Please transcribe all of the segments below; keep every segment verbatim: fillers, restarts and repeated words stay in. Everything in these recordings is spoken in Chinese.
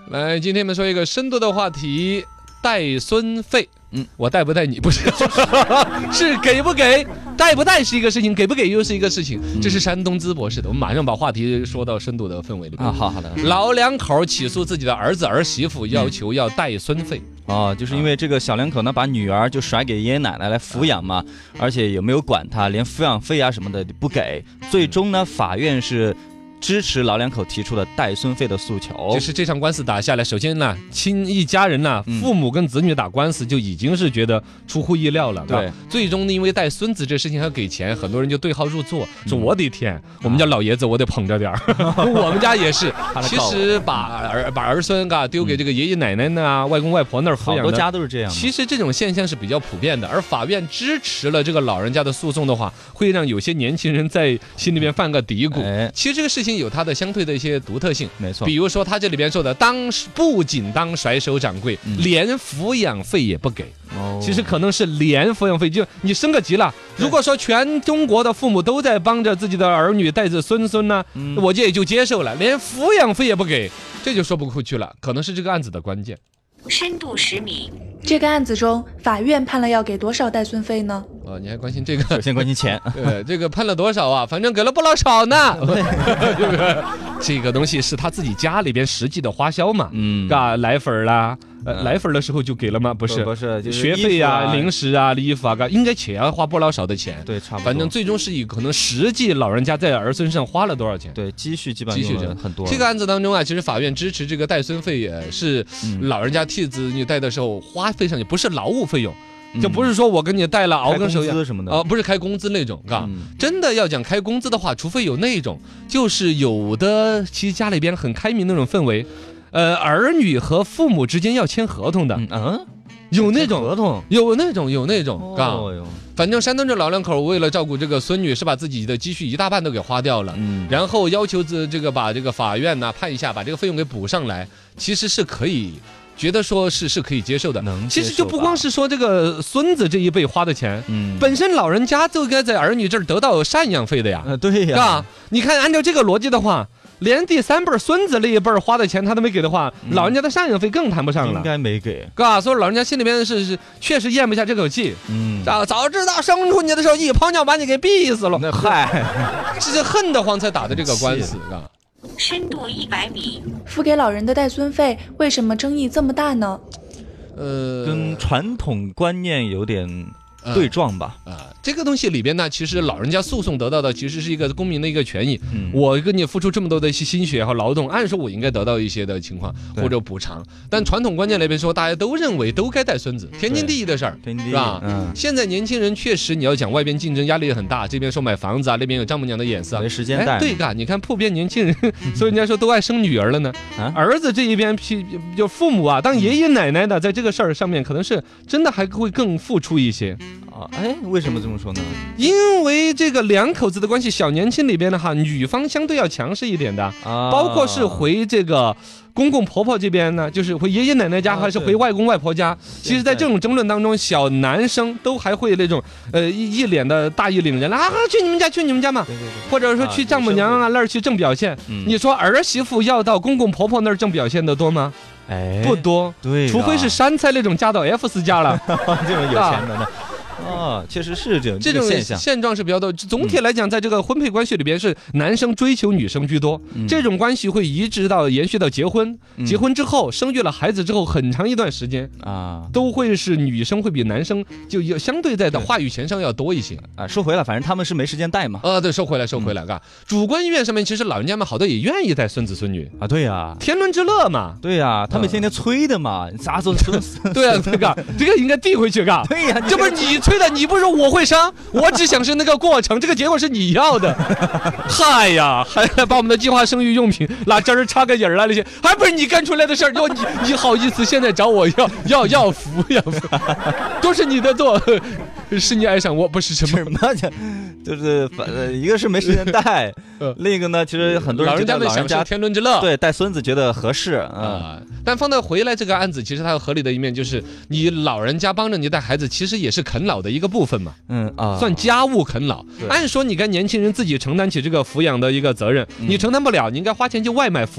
来，今天我们说一个深度的话题，带孙费。嗯，我带不带你不是，是给不给，带不带是一个事情，给不给又是一个事情。这是山东淄博市的，我们马上把话题说到深度的氛围里面啊。好好的， 老两口起诉自己的儿子儿媳妇，要求要带孙费。 哦，就是因为这个小两口呢，把女儿就甩给爷爷奶奶来抚养嘛，而且也没有管她，连抚养费啊什么的不给。最终呢，法院是支持老两口提出了带孙费的诉求。 就是这场官司打下来，首先呢，亲一家人呢，父母跟子女打官司就已经是觉得出乎意料了。 对， 最终呢，因为带孙子这事情还要给钱，很多人就对号入座，说我的天，我们家老爷子我得捧着点儿。我们家也是，其实把儿把儿孙嘎丢给这个爷爷奶奶呢、外公外婆那儿抚养的， 好多家都是这样。 其实这种现象是比较普遍的，而法院支持了这个老人家的诉讼的话，会让有些年轻人在心里边犯个嘀咕。 哎， 其实这个事情有它的相对的一些独特性， 没错。 比如说他这里边说的，当不仅当甩手掌柜，嗯、连抚养费也不给。哦，其实可能是连抚养费，就你升个级了。如果说全中国的父母都在帮着自己的儿女带着孙孙呢，嗯、我这也就接受了，连抚养费也不给，这就说不过去了，可能是这个案子的关键。 深度十米， 这个案子中，法院判了要给多少带孙费呢？ 哦，你还关心这个？ 首先关心钱。 对，这个判了多少啊？反正给了不老少呢。这个东西是他自己家里边实际的花销嘛，嗯，嘎，奶粉啦。呃，奶粉的时候就给了吗？不是， 不是，就是学费啊、零食啊、衣服啊，应该且要花不老少的钱。 对，差不多。 反正最终是以可能实际老人家在儿孙上花了多少钱。 对，积蓄基本上积蓄很多。 这个案子当中啊，其实法院支持这个带孙费也是老人家替子女带的时候花费上也不是劳务费用。就不是说我跟你带了熬跟手一什么的啊、呃，不是开工资那种，嘎、嗯。真的要讲开工资的话，除非有那种，就是有的其实家里边很开明那种氛围。呃，儿女和父母之间要签合同的，嗯，有那种合同， 有那种，有那种，嘎、 哦。 反正山东这老两口为了照顾这个孙女，是把自己的积蓄一大半都给花掉了，嗯，然后要求这这个把这个法院呢判一下，把这个费用给补上来，其实是可以。觉得说是是可以接受的， 能其实就不光是说这个孙子这一辈花的钱，嗯，本身老人家就该在儿女这儿得到赡养费的呀， 呃，对呀， 啊，你看按照这个逻辑的话，连第三辈孙子那一辈花的钱他都没给的话，嗯、老人家的赡养费更谈不上了， 应该没给， 啊，所以老人家心里边是是确实咽不下这口气，嗯，啊，早知道生出你的时候一泡尿把你给逼死了， 那嗨， 这是恨得慌才打的这个官司，啊。 深度一百米， 付给老人的带孙费为什么争议这么大呢？ 呃， 跟传统观念有点对撞吧。 啊、呃呃，这个东西里边呢，其实老人家诉讼得到的其实是一个公民的一个权益。嗯，我跟你付出这么多的一些心血和劳动，按说我应该得到一些的情况或者补偿。但传统观念那边说，大家都认为都该带孙子，天经地义的事儿，是吧？嗯。现在年轻人确实，你要讲外边竞争压力也很大，这边说买房子啊，那边有丈母娘的眼色， 没时间带。 对嘎，你看普遍年轻人，所以人家说都爱生女儿了呢。啊、儿子这一边，就父母啊，当爷爷奶奶的，在这个事儿上面，可能是真的还会更付出一些。 哎，为什么这么说呢？ 因为这个两口子的关系，小年轻里边的哈，女方相对要强势一点的，啊、包括是回这个公公婆婆这边呢，就是回爷爷奶奶家还是回外公外婆家。啊、其实，在这种争论当中，小男生都还会那种呃一一脸的大义凛然啊，去你们家，去你们家嘛，对对对，或者说去丈母娘啊那儿去挣表现。嗯、你说儿媳妇要到公公婆婆那儿挣表现的多吗？ 哎， 不多， 对， 除非是山菜那种嫁到 F 四家了， 这种有钱的呢。哦，确实是这种这种现象， 现状是比较多。总体来讲，在这个婚配关系里边，是男生追求女生居多，嗯、这种关系会移植到延续到结婚。嗯、结婚之后，生育了孩子之后，很长一段时间啊，都会是女生会比男生就要相对在的话语权上要多一些啊。说回来，反正他们是没时间带嘛。 啊，对，说回来，说回来，嘎、嗯，主观意愿上面，其实老人家们好多也愿意带孙子孙女啊。对呀、啊， 天伦之乐嘛。 对呀、啊，他们天天催的嘛，你啥时候孙子？ 对啊，这个这个应该递回去，嘎。 对呀、啊， 这不是你催的，你不是我。会生，我只想是那个过程，这个结果是你要的。嗨呀，还把我们的计划生育用品拿针儿插个眼儿啊那些，还不是你干出来的事儿？你你好意思现在找我要要要福要福，都是你的错，是你爱上我，不是什么什么讲，就是呃，一个是没时间带，另一个呢，其实很多人觉得老人家天伦之乐， 对，带孙子觉得合适啊、 呃。但放到回来这个案子，其实它有合理的一面，就是你老人家帮着你带孩子，其实也是啃老的一个部分嘛。嗯啊，算家务啃老。按说你该年轻人自己承担起这个抚养的一个责任，嗯、你承担不了，你应该花钱去外买服务。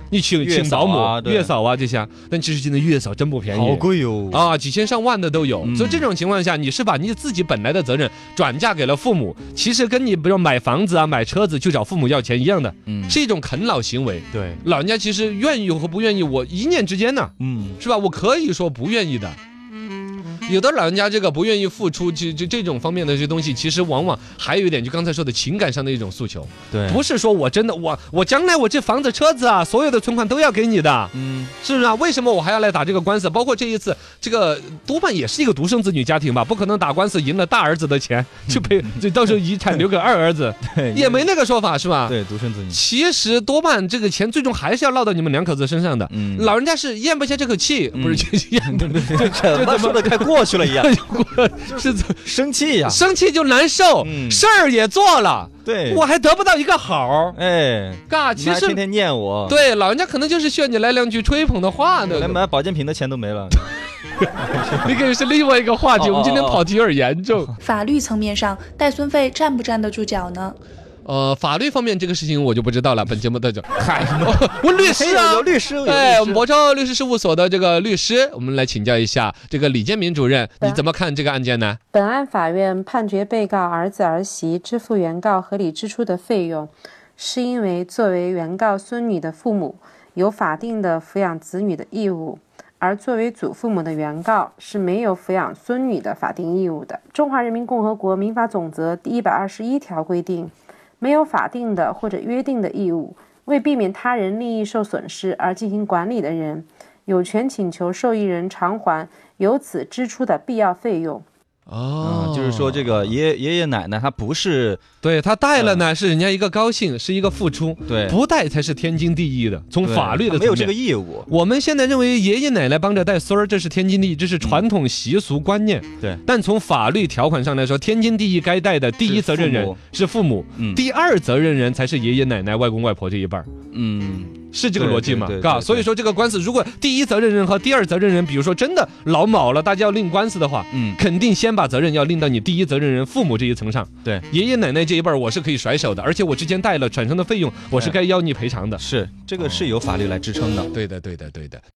你请月请保姆、 嫂啊对月嫂啊这些啊，但其实现在月嫂真不便宜， 好贵哟。 啊，几千上万的都有。 嗯所以这种情况下，你是把你自己本来的责任转嫁给了父母，其实跟你比如买房子啊、买车子去找父母要钱一样的， 嗯， 是一种啃老行为。 对， 老人家其实愿意和不愿意，我一念之间呢， 嗯， 是吧？我可以说不愿意的。有的老人家这个不愿意付出，就就这种方面的这些东西，其实往往还有一点，就刚才说的情感上的一种诉求， 对， 不是说我真的我我将来我这房子车子啊，所有的存款都要给你的， 嗯， 是不是啊？为什么我还要来打这个官司？包括这一次，这个多半也是一个独生子女家庭吧，不可能打官司赢了大儿子的钱，就赔，就到时候遗产留给二儿子， 对， 也没那个说法是吧？ 对，独生子女， 其实多半这个钱最终还是要落到你们两口子身上的。 嗯， 老人家是咽不下这口气，不是咽不， 这他妈说的快过去了一样， 是生气呀， 生气就难受， 嗯事儿也做了， 对， 我还得不到一个好， 哎， 嘎，其实你还天天念我，， 对老人家可能就是需要你来两句吹捧的话呢。 连买保健品的钱都没了。 那个是另外一个话题， 哦我们今天跑题有点严重。 法律层面上，带孙费站不站得住脚呢？ 呃，法律方面这个事情我就不知道了。本节目的就嗨，我律师啊， 有律师，有律师哎，我们博超律师事务所的这个律师，我们来请教一下这个李建民主任，你怎么看这个案件呢？ 本案法院判决被告儿子儿媳支付原告合理支出的费用，是因为作为原告孙女的父母有法定的抚养子女的义务，而作为祖父母的原告是没有抚养孙女的法定义务的。中华人民共和国民法总则第一百二十一条规定，没有法定的或者约定的义务，为避免他人利益受损失而进行管理的人，有权请求受益人偿还由此支出的必要费用。 哦、 啊，就是说这个爷爷爷爷奶奶他不是对他带了呢，是人家一个高兴，是一个付出， 对不带才是天经地义的。从对法律的他没有这个层面， 义务， 我们现在认为爷爷奶奶帮着带孙儿，这是天经地义，这是传统习俗观念。 对， 但从法律条款上来说，天经地义该带的第一责任人是父母， 嗯第二责任人才是爷爷奶奶、外公外婆这一辈儿。 嗯， 是这个逻辑吗对对对？对嘎， 对所以说这个官司，如果第一责任人和第二责任人，比如说真的老鸨了，大家要另官司的话， 嗯肯定先把责任要另到你第一责任人父母这一层上。 对， 爷爷奶奶这一辈儿我是可以甩手的，而且我之前带了产生的费用，我是该要你赔偿的。 是这个是由法律来支撑的。 对的，对的，对的。